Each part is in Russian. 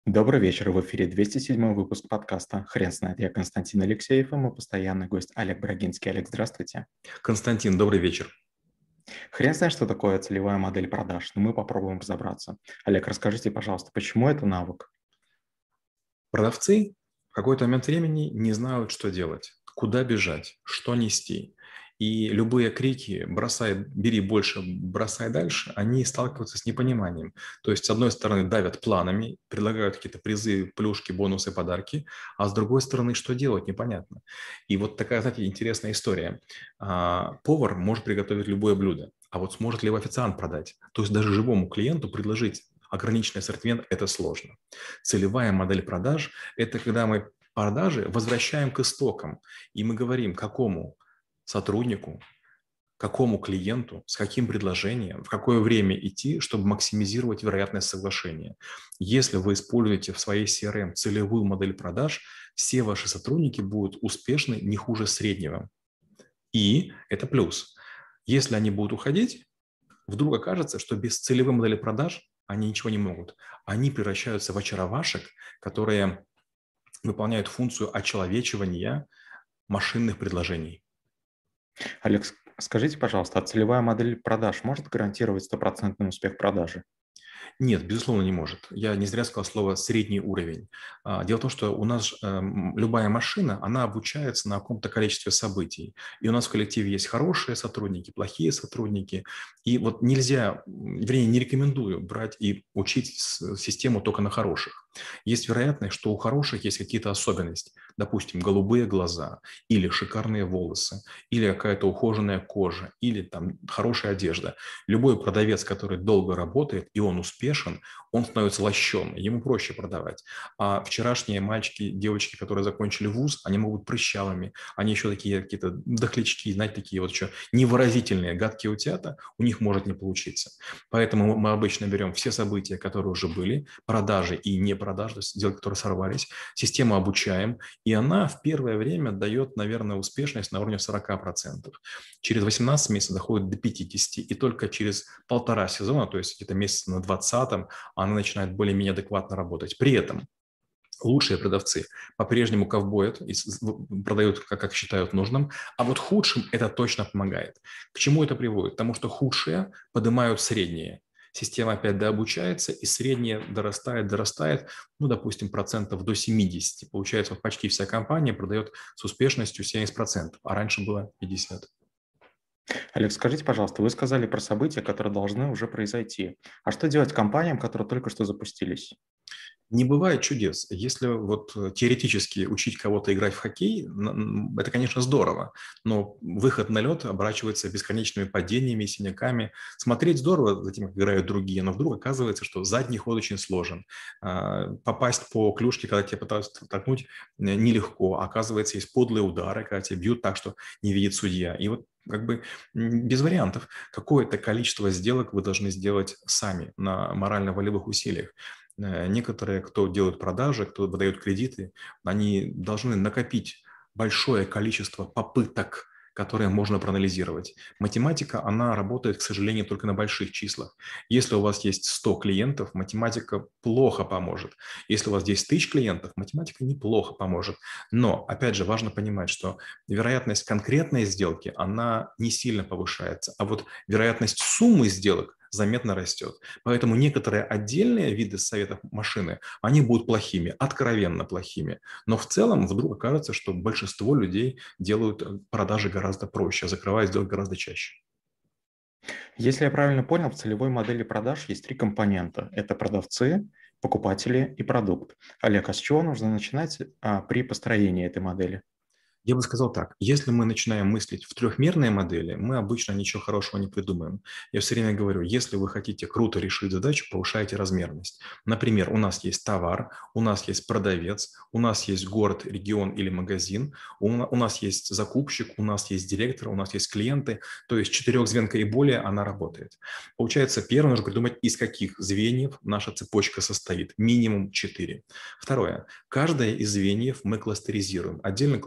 Добрый вечер, в эфире 207 выпуск подкаста «Хрен знает». Я Константин Алексеев и мой постоянный гость Олег Брагинский. Олег, здравствуйте. Константин, добрый вечер. Хрен знает, что такое целевая модель продаж, но мы попробуем разобраться. Олег, расскажите, пожалуйста, почему это навык? Продавцы в какой-то момент времени не знают, что делать, куда бежать, что нести. И любые крики «бросай, бери больше, бросай дальше», они сталкиваются с непониманием. То есть, с одной стороны, давят планами, предлагают какие-то призы, плюшки, бонусы, подарки, а с другой стороны, что делать, непонятно. И вот такая, знаете, интересная история. Повар может приготовить любое блюдо, а вот сможет ли его официант продать? То есть даже живому клиенту предложить ограниченный ассортимент – это сложно. Целевая модель продаж – это когда мы продажи возвращаем к истокам, и мы говорим, какому сотруднику, какому клиенту, с каким предложением, в какое время идти, чтобы максимизировать вероятность соглашения. Если вы используете в своей CRM целевую модель продаж, все ваши сотрудники будут успешны не хуже среднего. И это плюс. Если они будут уходить, вдруг окажется, что без целевой модели продаж они ничего не могут. Они превращаются в очаровашек, которые выполняют функцию очеловечивания машинных предложений. Олег, скажите, пожалуйста, а целевая модель продаж может гарантировать стопроцентный успех продажи? Нет, безусловно, не может. Я не зря сказал слово «средний уровень». Дело в том, что у нас любая машина, она обучается на каком-то количестве событий. И у нас в коллективе есть хорошие сотрудники, плохие сотрудники. И вот нельзя, вернее, не рекомендую брать и учить систему только на хороших. Есть вероятность, что у хороших есть какие-то особенности. Допустим, голубые глаза, или шикарные волосы, или какая-то ухоженная кожа, или там хорошая одежда. Любой продавец, который долго работает, и он успешен, он становится лощеным, ему проще продавать. А вчерашние мальчики, девочки, которые закончили вуз, они могут быть прыщавыми, они еще такие какие-то дохлячки, знаете, такие вот еще невыразительные, гадкие утята, у них может не получиться. Поэтому мы обычно берем все события, которые уже были, продажи и не продажи, то есть сделки, которые сорвались, систему обучаем, и она в первое время дает, наверное, успешность на уровне 40%. Через 18 месяцев доходит до 50%, и только через полтора сезона, то есть где-то месяца на 20-м, она начинает более-менее адекватно работать. При этом лучшие продавцы по-прежнему ковбоят и продают, как считают нужным, а вот худшим это точно помогает. К чему это приводит? Потому что худшие поднимают средние. Система опять дообучается, и среднее дорастает, ну, допустим, процентов до 70. Получается, вот почти вся компания продает с успешностью 70%, а раньше было 50%. Олег, скажите, пожалуйста, вы сказали про события, которые должны уже произойти. А что делать компаниям, которые только что запустились? Не бывает чудес. Если вот теоретически учить кого-то играть в хоккей, это, конечно, здорово, но выход на лед оборачивается бесконечными падениями и синяками. Смотреть здорово за тем, как играют другие, но вдруг оказывается, что задний ход очень сложен. Попасть по клюшке, когда тебя пытаются толкнуть, нелегко. Оказывается, есть подлые удары, когда тебя бьют так, что не видит судья. И вот как бы без вариантов. Какое-то количество сделок вы должны сделать сами на морально-волевых усилиях. Некоторые, кто делают продажи, кто выдает кредиты, они должны накопить большое количество попыток, которые можно проанализировать. Математика, она работает, к сожалению, только на больших числах. Если у вас есть 100 клиентов, математика плохо поможет. Если у вас 10 тысяч клиентов, математика неплохо поможет. Но, опять же, важно понимать, что вероятность конкретной сделки, она не сильно повышается. А вот вероятность суммы сделок заметно растет. Поэтому некоторые отдельные виды советов машины, они будут плохими, откровенно плохими. Но в целом вдруг окажется, что большинство людей делают продажи гораздо проще, закрывают сделки гораздо чаще. Если я правильно понял, в целевой модели продаж есть три компонента. Это продавцы, покупатели и продукт. Олег, а с чего нужно начинать при построении этой модели? Я бы сказал так, если мы начинаем мыслить в трехмерной модели, мы обычно ничего хорошего не придумаем. Я все время говорю, если вы хотите круто решить задачу, повышайте размерность. Например, у нас есть товар, у нас есть продавец, у нас есть город, регион или магазин, у нас есть закупщик, у нас есть директор, у нас есть клиенты, то есть четырехзвенка и более она работает. Получается, первое нужно придумать, из каких звеньев наша цепочка состоит, минимум 4. Второе, каждое из звеньев мы кластеризируем. Отдельно кластеризируем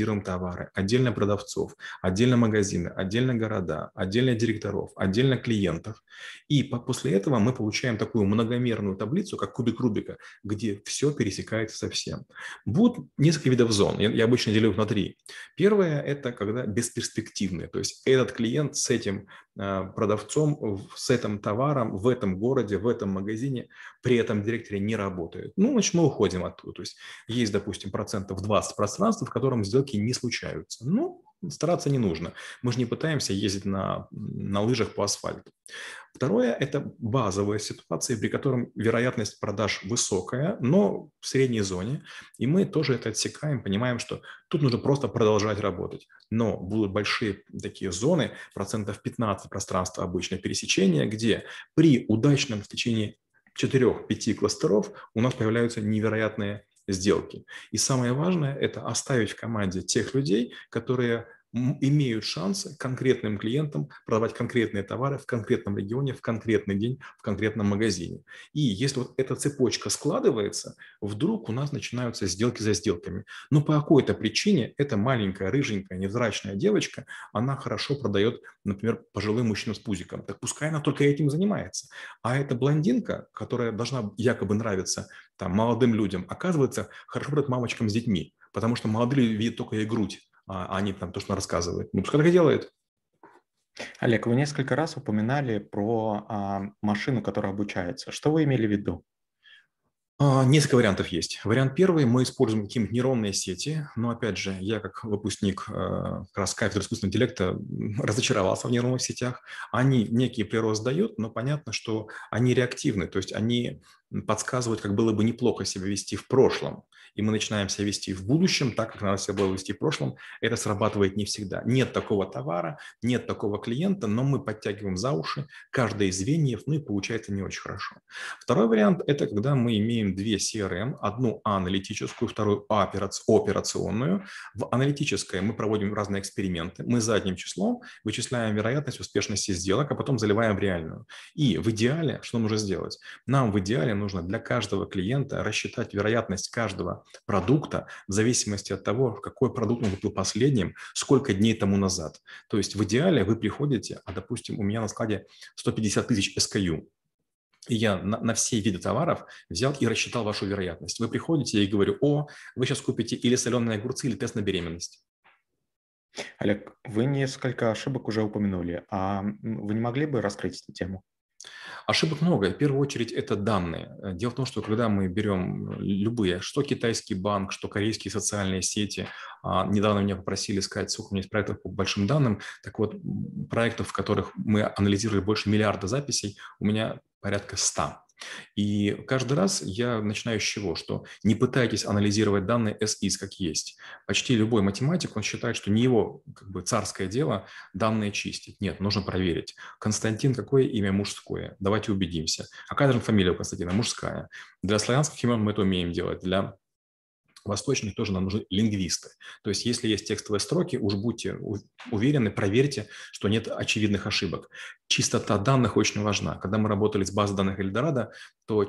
сегментируем товары, отдельно продавцов, отдельно магазины, отдельно города, отдельно директоров, отдельно клиентов. И после этого мы получаем такую многомерную таблицу, как кубик Рубика, где все пересекается со всем. Будут несколько видов зон. Я обычно делю их на три. Первое – это когда бесперспективные. То есть этот клиент с этим продавцом, с этим товаром в этом городе, в этом магазине при этом директоре не работает. Ну, значит, мы уходим оттуда. То есть, допустим, 20% пространства, в котором сделки не случаются. Ну, стараться не нужно. Мы же не пытаемся ездить на лыжах по асфальту. Второе – это базовые ситуации, при котором вероятность продаж высокая, но в средней зоне. И мы тоже это отсекаем, понимаем, что тут нужно просто продолжать работать. Но будут большие такие зоны, 15% пространства обычно пересечения, где при удачном стечении 4-5 кластеров у нас появляются невероятные сделки. И самое важное – это оставить в команде тех людей, которые имеют шансы конкретным клиентам продавать конкретные товары в конкретном регионе, в конкретный день, в конкретном магазине. И если вот эта цепочка складывается, вдруг у нас начинаются сделки за сделками. Но по какой-то причине эта маленькая, рыженькая, невзрачная девочка, она хорошо продает, например, пожилым мужчинам с пузиком. Так пускай она только этим занимается. А эта блондинка, которая должна якобы нравиться там, молодым людям, оказывается, хорошо продает мамочкам с детьми, потому что молодые люди видят только ее грудь, а не там то, что она рассказывает. Ну, пускай так и делает. Олег, вы несколько раз упоминали про машину, которая обучается. Что вы имели в виду? Несколько вариантов есть. Вариант первый – мы используем какие-нибудь нейронные сети, но, опять же, я как выпускник как раз кафедры искусственного интеллекта разочаровался в нейронных сетях. Они некий прирост дают, но понятно, что они реактивны, то есть они подсказывают, как было бы неплохо себя вести в прошлом. И мы начинаем себя вести в будущем так, как надо себя было вести в прошлом. Это срабатывает не всегда. Нет такого товара, нет такого клиента, но мы подтягиваем за уши каждое из звеньев, ну и получается не очень хорошо. Второй вариант – это когда мы имеем две CRM, одну аналитическую, вторую операционную. В аналитической мы проводим разные эксперименты. Мы задним числом вычисляем вероятность успешности сделок, а потом заливаем в реальную. И в идеале, что нужно сделать? Нам в идеале нужно для каждого клиента рассчитать вероятность каждого продукта в зависимости от того, какой продукт он купил последним, сколько дней тому назад. То есть в идеале вы приходите, допустим, у меня на складе 150 тысяч SKU. И я на все виды товаров взял и рассчитал вашу вероятность. Вы приходите, я и говорю: вы сейчас купите или соленые огурцы, или тест на беременность. Олег, вы несколько ошибок уже упомянули. Вы не могли бы раскрыть эту тему? Ошибок много. В первую очередь это данные. Дело в том, что когда мы берем любые, что китайский банк, что корейские социальные сети, недавно меня попросили сказать, сколько у меня есть проектов по большим данным, так вот, проектов, в которых мы анализировали больше миллиарда записей, у меня порядка 100. И каждый раз я начинаю с чего? Что не пытайтесь анализировать данные as is, как есть. Почти любой математик, он считает, что не его как бы царское дело данные чистить. Нет, нужно проверить. Константин, какое имя мужское? Давайте убедимся. А какая же фамилия у Константина? Мужская. Для славянских имен мы это умеем делать. Для восточных тоже нам нужны лингвисты. То есть если есть текстовые строки, уж будьте уверены, проверьте, что нет очевидных ошибок. Чистота данных очень важна. Когда мы работали с базой данных Эльдорадо, то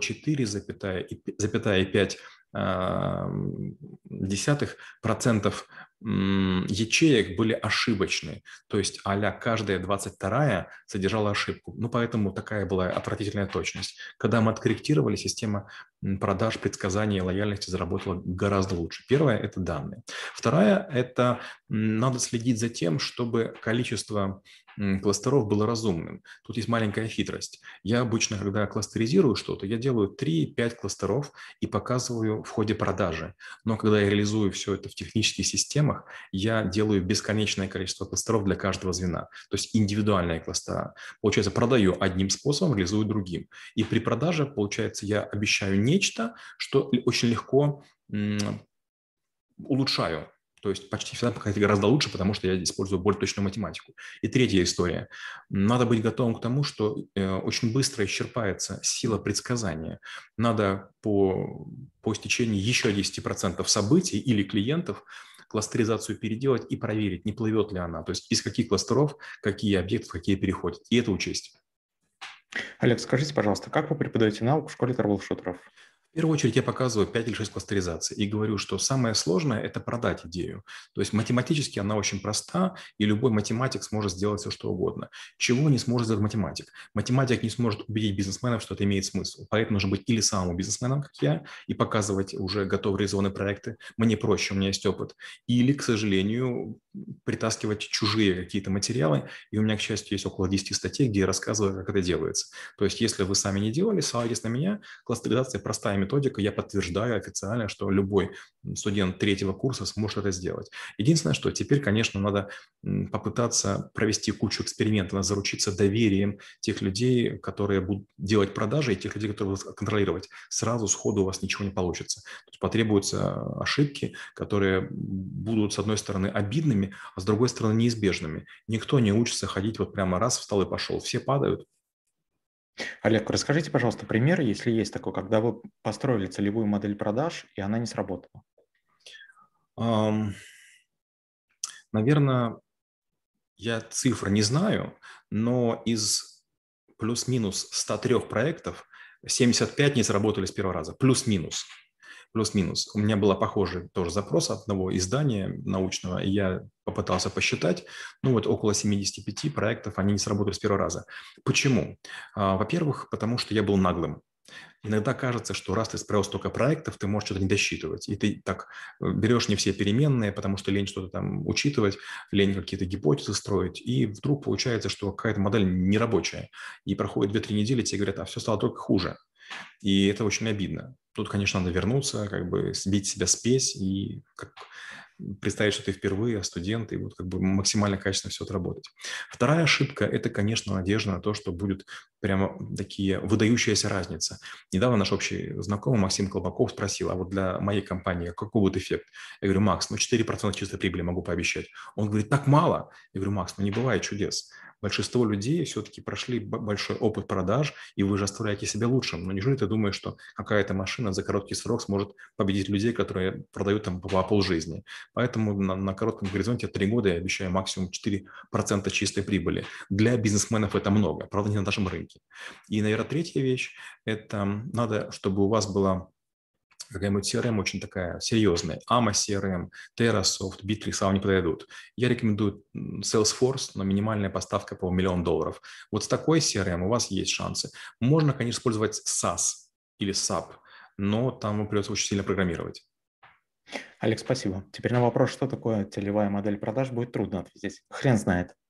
4,5% ячеек были ошибочные. То есть а-ля каждая 22-я содержала ошибку. Ну, поэтому такая была отвратительная точность. Когда мы откорректировали, система продаж, предсказаний и лояльности заработала гораздо лучше. Первое – это данные. Вторая – это надо следить за тем, чтобы количество кластеров было разумным. Тут есть маленькая хитрость. Я обычно, когда кластеризирую что-то, я делаю 3-5 кластеров и показываю в ходе продажи. Но когда я реализую все это в технических системах, я делаю бесконечное количество кластеров для каждого звена. То есть индивидуальные кластера. Получается, продаю одним способом, реализую другим. И при продаже, получается, я обещаю нечто, что очень легко улучшаю. То есть почти всегда пока гораздо лучше, потому что я использую более точную математику. И третья история. Надо быть готовым к тому, что очень быстро исчерпается сила предсказания. Надо по истечении еще 10% событий или клиентов кластеризацию переделать и проверить, не плывет ли она. То есть из каких кластеров, какие объекты, какие переходят. И это учесть. Олег, скажите, пожалуйста, как вы преподаете науку в школе торговых шутеров? В первую очередь я показываю 5 или 6 кластеризаций и говорю, что самое сложное – это продать идею. То есть математически она очень проста, и любой математик сможет сделать все, что угодно. Чего не сможет сделать математик? Математик не сможет убедить бизнесменов, что это имеет смысл. Поэтому нужно быть или самым бизнесменом, как я, и показывать уже готовые реализованные проекты. Мне проще, у меня есть опыт. Или, к сожалению, притаскивать чужие какие-то материалы. И у меня, к счастью, есть около 10 статей, где я рассказываю, как это делается. То есть если вы сами не делали, ссылайтесь на меня. Кластеризация простая методика. Я подтверждаю официально, что любой студент третьего курса сможет это сделать. Единственное, что теперь, конечно, надо попытаться провести кучу экспериментов, надо заручиться доверием тех людей, которые будут делать продажи, и тех людей, которые будут контролировать. Сразу сходу у вас ничего не получится. То есть потребуются ошибки, которые будут, с одной стороны, обидными, а с другой стороны, неизбежными. Никто не учится ходить вот прямо раз, встал и пошел. Все падают. Олег, расскажите, пожалуйста, пример, если есть такой, когда вы построили целевую модель продаж, и она не сработала. Наверное, я цифр не знаю, но из плюс-минус 103 проектов 75 не сработали с первого раза. Плюс-минус. Плюс-минус. У меня был похожий тоже запрос от одного издания научного, и я попытался посчитать. Ну вот около 75 проектов они не сработали с первого раза. Почему? Во-первых, потому что я был наглым. Иногда кажется, что раз ты справил столько проектов, ты можешь что-то не досчитывать. И ты так берешь не все переменные, потому что лень что-то там учитывать, лень какие-то гипотезы строить. И вдруг получается, что какая-то модель нерабочая. И проходит 2-3 недели, тебе говорят, а все стало только хуже. И это очень обидно. Тут, конечно, надо вернуться, как бы сбить себя спесь и представить, что ты впервые студент, и вот как бы максимально качественно все отработать. Вторая ошибка – это, конечно, надежда на то, что будет прямо такие выдающаяся разница. Недавно наш общий знакомый Максим Колбаков спросил, а вот для моей компании какой будет эффект? Я говорю, Макс, ну 4% чистой прибыли могу пообещать. Он говорит, так мало. Я говорю, Макс, ну не бывает чудес. Большинство людей все-таки прошли большой опыт продаж, и вы же оставляете себя лучшим. Но неужели ты думаешь, что какая-то машина за короткий срок сможет победить людей, которые продают там по полжизни? Поэтому на коротком горизонте 3 года я обещаю максимум 4% чистой прибыли. Для бизнесменов это много, правда, не на нашем рынке. И, наверное, третья вещь – это надо, чтобы у вас была какая-нибудь CRM очень такая серьезная. AMA CRM, TerraSoft, Bittrex вам не подойдут. Я рекомендую Salesforce, но минимальная поставка по $1 миллион. Вот с такой CRM у вас есть шансы. Можно, конечно, использовать SAS или SAP, но там вам придется очень сильно программировать. Олег, спасибо. Теперь на вопрос, что такое целевая модель продаж, будет трудно ответить. Хрен знает.